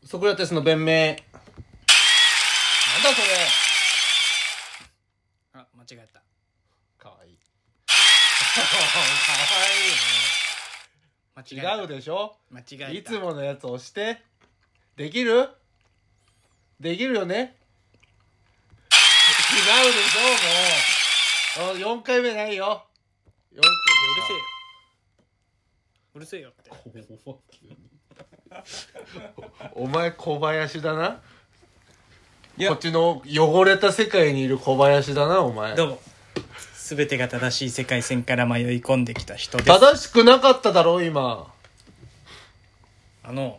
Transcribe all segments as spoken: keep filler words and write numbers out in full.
ソクラテスの弁明。なんだそれ。 あ、間違えた。 かわいい。 かかわいいね。 間違えた。 違うでしょ。 間違えた。 いつものやつ押して。できる？できるよね。違うでしょ。もうよんかいめないよ。よんかいうるせえよ。うるせえよって。 お前小林だな。 いやこっちの汚れた世界にいる小林だなお前。 どうも。すべてが正しい世界線から迷い込んできた人です。 正しくなかっただろ今。 あの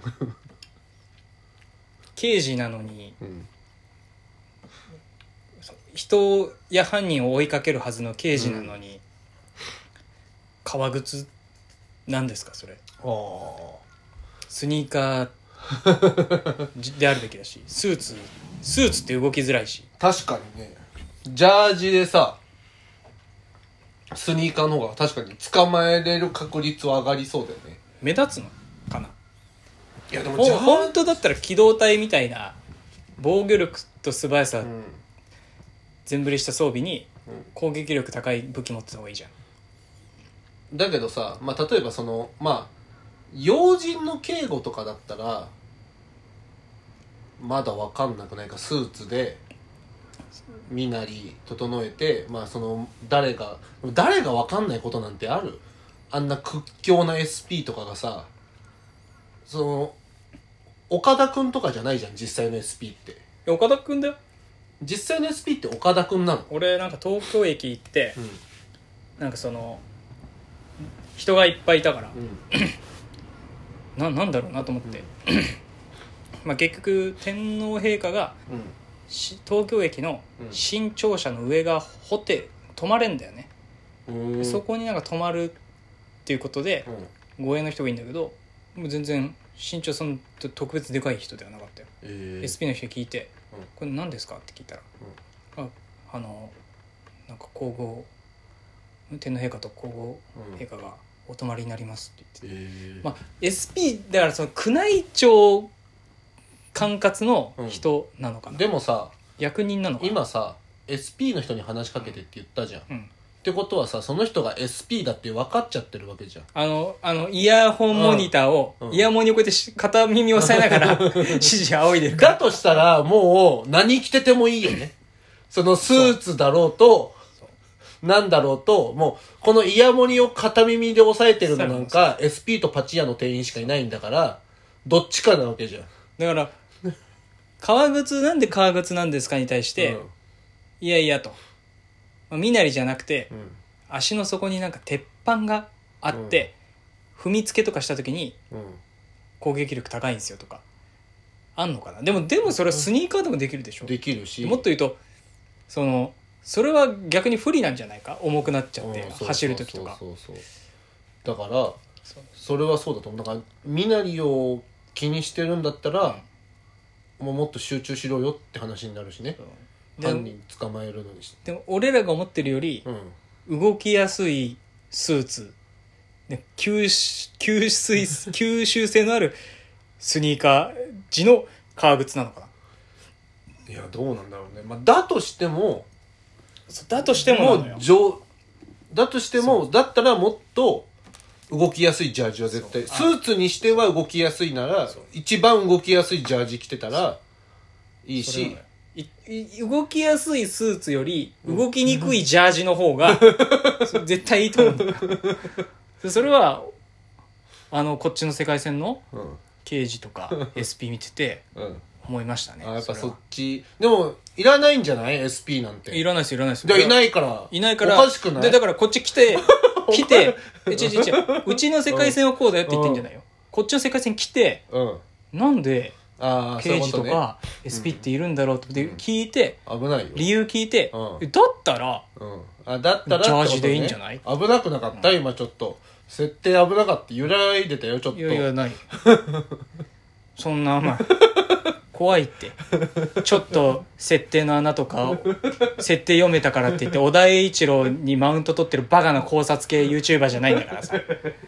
刑事なのに、うん、人や犯人を追いかけるはずの刑事なのに、うん、革靴なんですかそれ。スニーカーであるべきだし、スーツスーツって動きづらいし。 確かにね。ジャージでさスニーカーの方が確かに捕まえれる確率は上がりそうだよね。 目立つのかな。 いやでもジャー本当だったら機動隊みたいな防御力と素早さ、うん、全振りした装備に攻撃力高い武器持ってた方がいいじゃん。 だけどさ、まあ、例えばそのまあ要人の警護とかだったらまだ分かんなくないか。スーツで身なり整えて、まあその誰が誰が分かんないことなんてある？あんな屈強な エスピー とかがさ、その岡田くんとかじゃないじゃん実際の エスピー って。 岡田くんだよ実際の エスピー って岡田くんなの？ 俺なんか東京駅行って、 うん、 なんかその人がいっぱいいたから、うん、な, なんだろうなと思って、うん、まあ結局天皇陛下が、うん、東京駅の新庁舎の上がホテル泊まれんだよね、うん、そこになんか泊まるっていうことで、うん、護衛の人がいいんだけど、もう全然身長その特別でかい人ではなかったよ、えー、エスピー の人に聞いて、うん、これ何ですかって聞いたら、うん、あ, あのなんか皇后天皇陛下と皇后陛下がお泊まりになりますって言って、えーまあ、エスピー だからその宮内庁管轄の人なのかな、うん、 でもさ役人なのかな。 今さ エスピー の人に話しかけてって言ったじゃん、 うん、 ってことはさその人が エスピー だって分かっちゃってるわけじゃん。 あのあのイヤホンモニターを、うん、イヤモニをこうやって片耳を押さえながら指示仰いでるから。 だとしたらもう何着ててもいいよねそのスーツだろうとなんだろうと、もうこのイヤモニを片耳で押さえてるのなんか エスピー とパチ屋の店員しかいないんだから、どっちかなわけじゃん。 だから革靴なんで革靴なんですかに対して、うん、いやいやと、身なりじゃなくて、うん、足の底になんか鉄板があって、うん、踏みつけとかした時に、うん、攻撃力高いんですよとかあんのかな。でもでもそれはスニーカーでもできるでしょ。 できるし、 もっと言うとそのそれは逆に不利なんじゃないか、重くなっちゃって、うん、走る時とか。 そうそうそうそう。だからそれはそうだと思う。だから身なりを気にしてるんだったら、うん、もうもっと集中しろよって話になるしね、うん、犯人捕まえるのに。 でも俺らが思ってるより、うん、動きやすいスーツで吸吸水吸収性のあるスニーカー地の革靴なのかな。 いやどうなんだろうね、まあ、だとしてもだとしてもなのよ。だとしてもだったらもっと動きやすいジャージは絶対、スーツにしては動きやすいなら一番動きやすいジャージ着てたらいいし、 いい動きやすいスーツより動きにくいジャージの方が絶対いいと思うんだよそれはあのこっちの世界線の刑事とか エスピー 見てて思いましたね、 うん、あやっぱそっちでもいらないんじゃない エスピー なんて。 いらないですいらないです。 でいないからいないからおかしくない。 でだからこっち来て来てえちちちうちの世界線はこうだよって言ってんじゃないよ、うん、こっちの世界線来て、うん、なんで刑事とか エスピー っているんだろうって聞いて、 うん、危ないよ理由聞いて、うん、だったら、 うん、あだったらジャージでいいんじゃない。 危なくなかった、うん、今ちょっと設定危なかった。揺らいでたよちょっと。 いやいやないそんなまあ怖いってちょっと設定の穴とか設定読めたからって言って小田栄一郎にマウント取ってるバカな考察系 YouTuber じゃないんだからさ。 い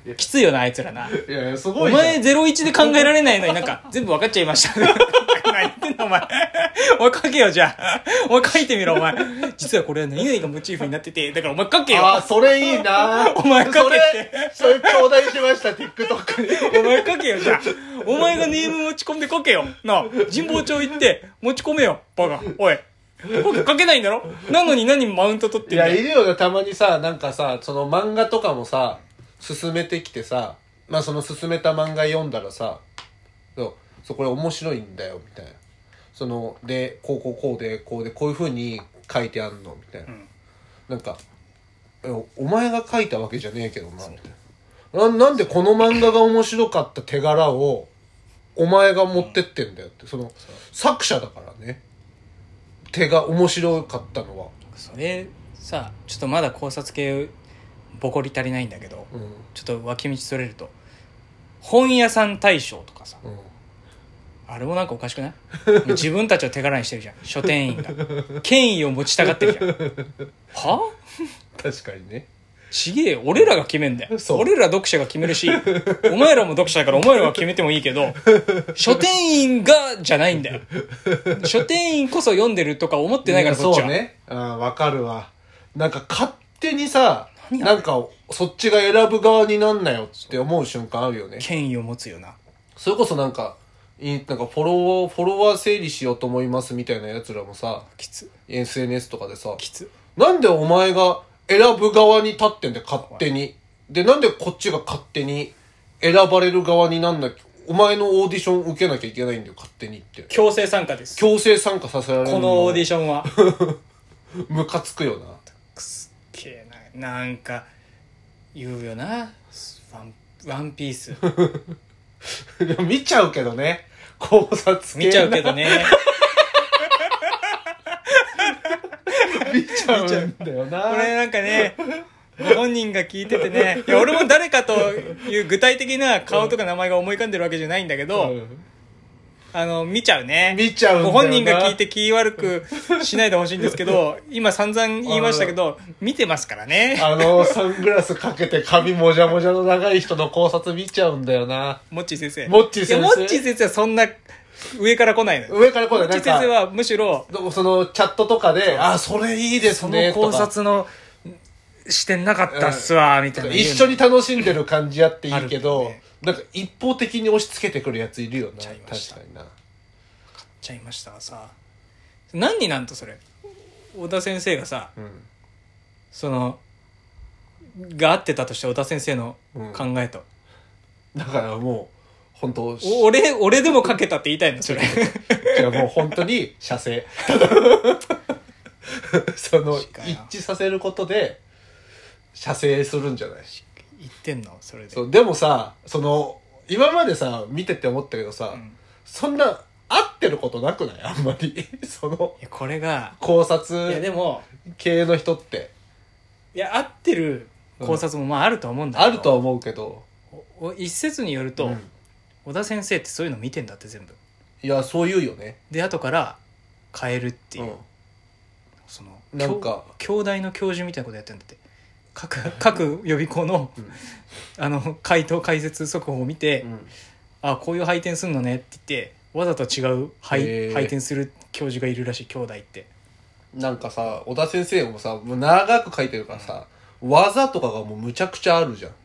きついよなあいつらな。 いやいやすごいお前ゼロイチで考えられないのになんか全部分かっちゃいました何言ってんのお前お前書けよじゃあお前書いてみろお前実はこれは何々がモチーフになっててだからお前書けよ。 あそれいいなお前書けってそれそれ頂戴しました TikTok にお前書けよじゃあお前がネーム持ち込んで書けよなあ神保町行って持ち込めよバカおい書けないんだろなのに何マウント取ってんだよ。 いやいるよねたまにさなんかさその漫画とかもさ進めてきてさまあその進めた漫画読んだらさそうそうこれ面白いんだよみたいなそのでこうこうこうでこうでこういう風に書いてあんのみたいな、うん、なんかお前が書いたわけじゃねえけどなみたいな な, なんでこの漫画が面白かった手柄をお前が持ってってんだよってその作者だからね手が面白かったのはそれさちょっとまだ考察系ボコり足りないんだけど、うん、ちょっと脇道それると本屋さん大賞とかさ、うん、あれもなんかおかしくない自分たちを手柄にしてるじゃん書店員が権威を持ちたがってるじゃんは確かにねちげえよ俺らが決めんだよ俺ら読者が決めるしお前らも読者だからお前らが決めてもいいけど書店員がじゃないんだよ書店員こそ読んでるとか思ってないからこっちはそうねわかるわなんか勝手にさなんかそっちが選ぶ側になんなよって思う瞬間あるよね権威を持つよなそれこそなんかなんかフォロワーフォロワー整理しようと思いますみたいなやつらもさきつエスエヌエス とかでさきつなんでお前が選ぶ側に立ってんだよ勝手にでなんでこっちが勝手に選ばれる側になんなきゃお前のオーディション受けなきゃいけないんだよ勝手にって強制参加です強制参加させられるこのオーディションはムカつくよなくすっげえななんか言うよなワン、ワンピース見ちゃうけどね考察系見ちゃうけどね見ちゃうんだよなこれなんかねご本人が聞いててねいや俺も誰かという具体的な顔とか名前が思い浮かんでるわけじゃないんだけど、うん、あの見ちゃうね見ちゃうんだよなご本人が聞いて気悪くしないでほしいんですけど今散々言いましたけど見てますからねあのサングラスかけて髪もじゃもじゃの長い人の考察見ちゃうんだよなモッチー先生モッチー先生いやモッチー先生はそんな上から来ないのよ上から来ないモッチー先生はむしろそのチャットとかであそれいいですねその考察の視点なかったっすわ、うん、みたいな一緒に楽しんでる感じあっていいけど、ね、なんか一方的に押し付けてくるやついるよな確かにな買っちゃいましたさ何になんとそれ小田先生がさ、うん、そのが合ってたとして小田先生の考えと、 うん、だからもう本当俺俺でもかけたって言いたいのそれじゃあもう本当に射精その一致させることで射精するんじゃない言ってんのそれでそうでもさその今までさ見てて思ったけどさ、うん、そんな合ってることなくないあんまりそのいやこれが考察いやでも系の人っていや合ってる考察もまああると思うんだけど、 うん、あるとは思うけど一説によると、うん、小田先生ってそういうの見てんだって全部いやそう言うよねで後から変えるっていう、うん、そのなんか京大の教授みたいなことやってんだって各, 各予備校の、うん、あの回答解説速報を見て、うん、あこういう配点すんのねって言ってわざと違う配点する教授がいるらしい京大ってなんかさ小田先生もさもう長く書いてるからさ、うん、技とかがもうむちゃくちゃあるじゃん、うん、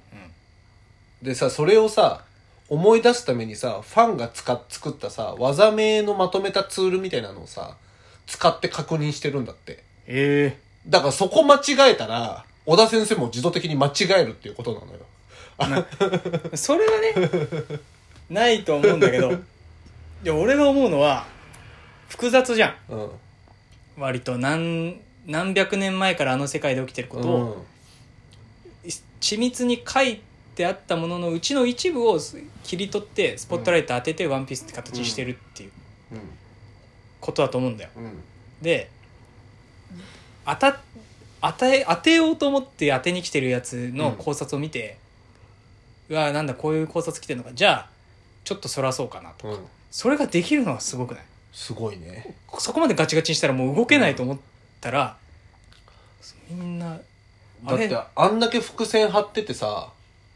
でさそれをさ思い出すためにさファンが使っ作ったさ技名のまとめたツールみたいなのをさ使って確認してるんだってええー、だからそこ間違えたら小田先生も自動的に間違えるっていうことなのよそれはねないと思うんだけどいや俺が思うのは複雑じゃん、うん、割と 何, 何百年前からあの世界で起きてることを、うん、緻密に書いてあったもののうちの一部を切り取ってスポットライト当ててワンピースって形にしてるっていうことだと思うんだよ、うん、で当た当て、当てようと思って当てに来てるやつの考察を見て、うん、うわなんだこういう考察来てるのかじゃあちょっとそらそうかなとか、うん、それができるのはすごくないすごいねそこまでガチガチにしたらもう動けないと思ったら、うん、みんなだってあんだけ伏線張っててさ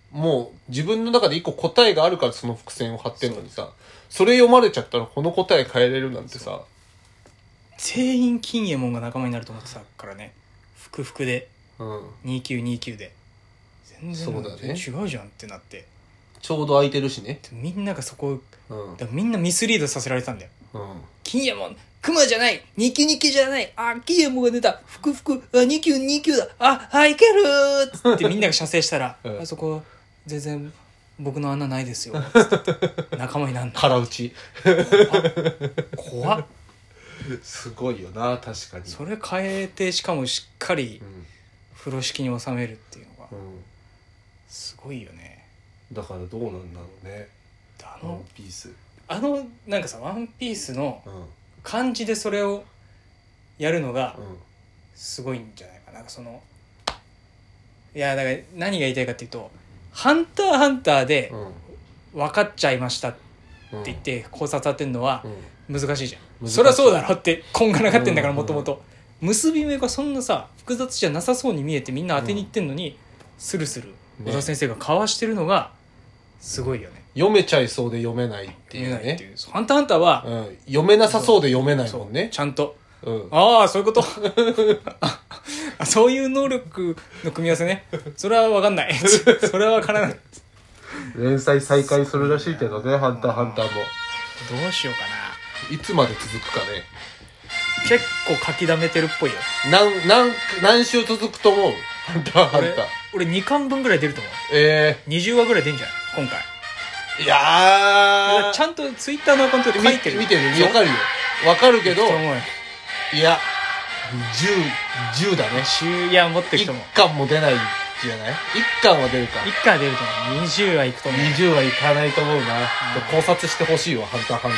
もう自分の中で一個答えがあるからその伏線を張ってんのにさ、それ読まれちゃったらこの答え変えれるなんてさ、 全員金右衛門が仲間になると思ってたからね。ふくふくで、 うん、 にきゅうにきゅうで全然そうだね、 違うじゃんってなって、 ちょうど空いてるしね。 みんながそこ、 うん、 だからみんなミスリードさせられてたんだよ、 うん、 金右衛門クマじゃない、にきゅうにきゅうじゃない、あ金右衛門が出た、ふくふく、あにきゅうにきゅうだ、あはいけるーっつってみんなが射精したら、うん、あそこ全然僕の穴ないですよって仲間になんだ。 空打ち怖っすごいよな。確かにそれ変えて、しかもしっかり風呂敷に収めるっていうのが、うん、すごいよね。 だからどうなんだろうね、 あのワンピース、 あのなんかさ、ワンピースの感じでそれをやるのがすごいんじゃないかな。なんかそのいやだから何が言いたいかっていうと、ハンターハンターで分かっちゃいましたって言って考察当てるのは難しいじゃん、うん、そりゃそうだろって根がなかってんだから、もともと結び目がそんなさ複雑じゃなさそうに見えてみんな当てにいってんのに、うん、スルスル小田先生がかわしてるのがすごいよね。 読めちゃいそうで読めないっていうね。 読めないっていう。ハンターハンターは、 うん、読めなさそうで読めないもんね。 ちゃんと、 うん、 ああそういうことあそういう能力の組み合わせね。それは分かんないそれは分からない。 連載再開するらしいけどね、ハンターハンターも。 どうしようかな。 いつまで続くかね。 結構書き溜めてるっぽいよ。 何何何週続くと思う？ハンターハンター。 俺、俺にかんぶんぐらい出ると思う。 ええー、にじゅうわぐらい出んじゃん今回。 いやー、 ちゃんとツイッターのアカウントで書いてる。 見てる、わかるよ。わかるけど、いや、じゅう、じゅうだね。 いや、持ってる人も。 いっかんも出ないじゃない？ いっ 巻は出るか。 いっかんは出ると思う。にじゅうはいくと思う。 にじゅうはいかないと思うな。考察してほしいわ、ハンターハンタ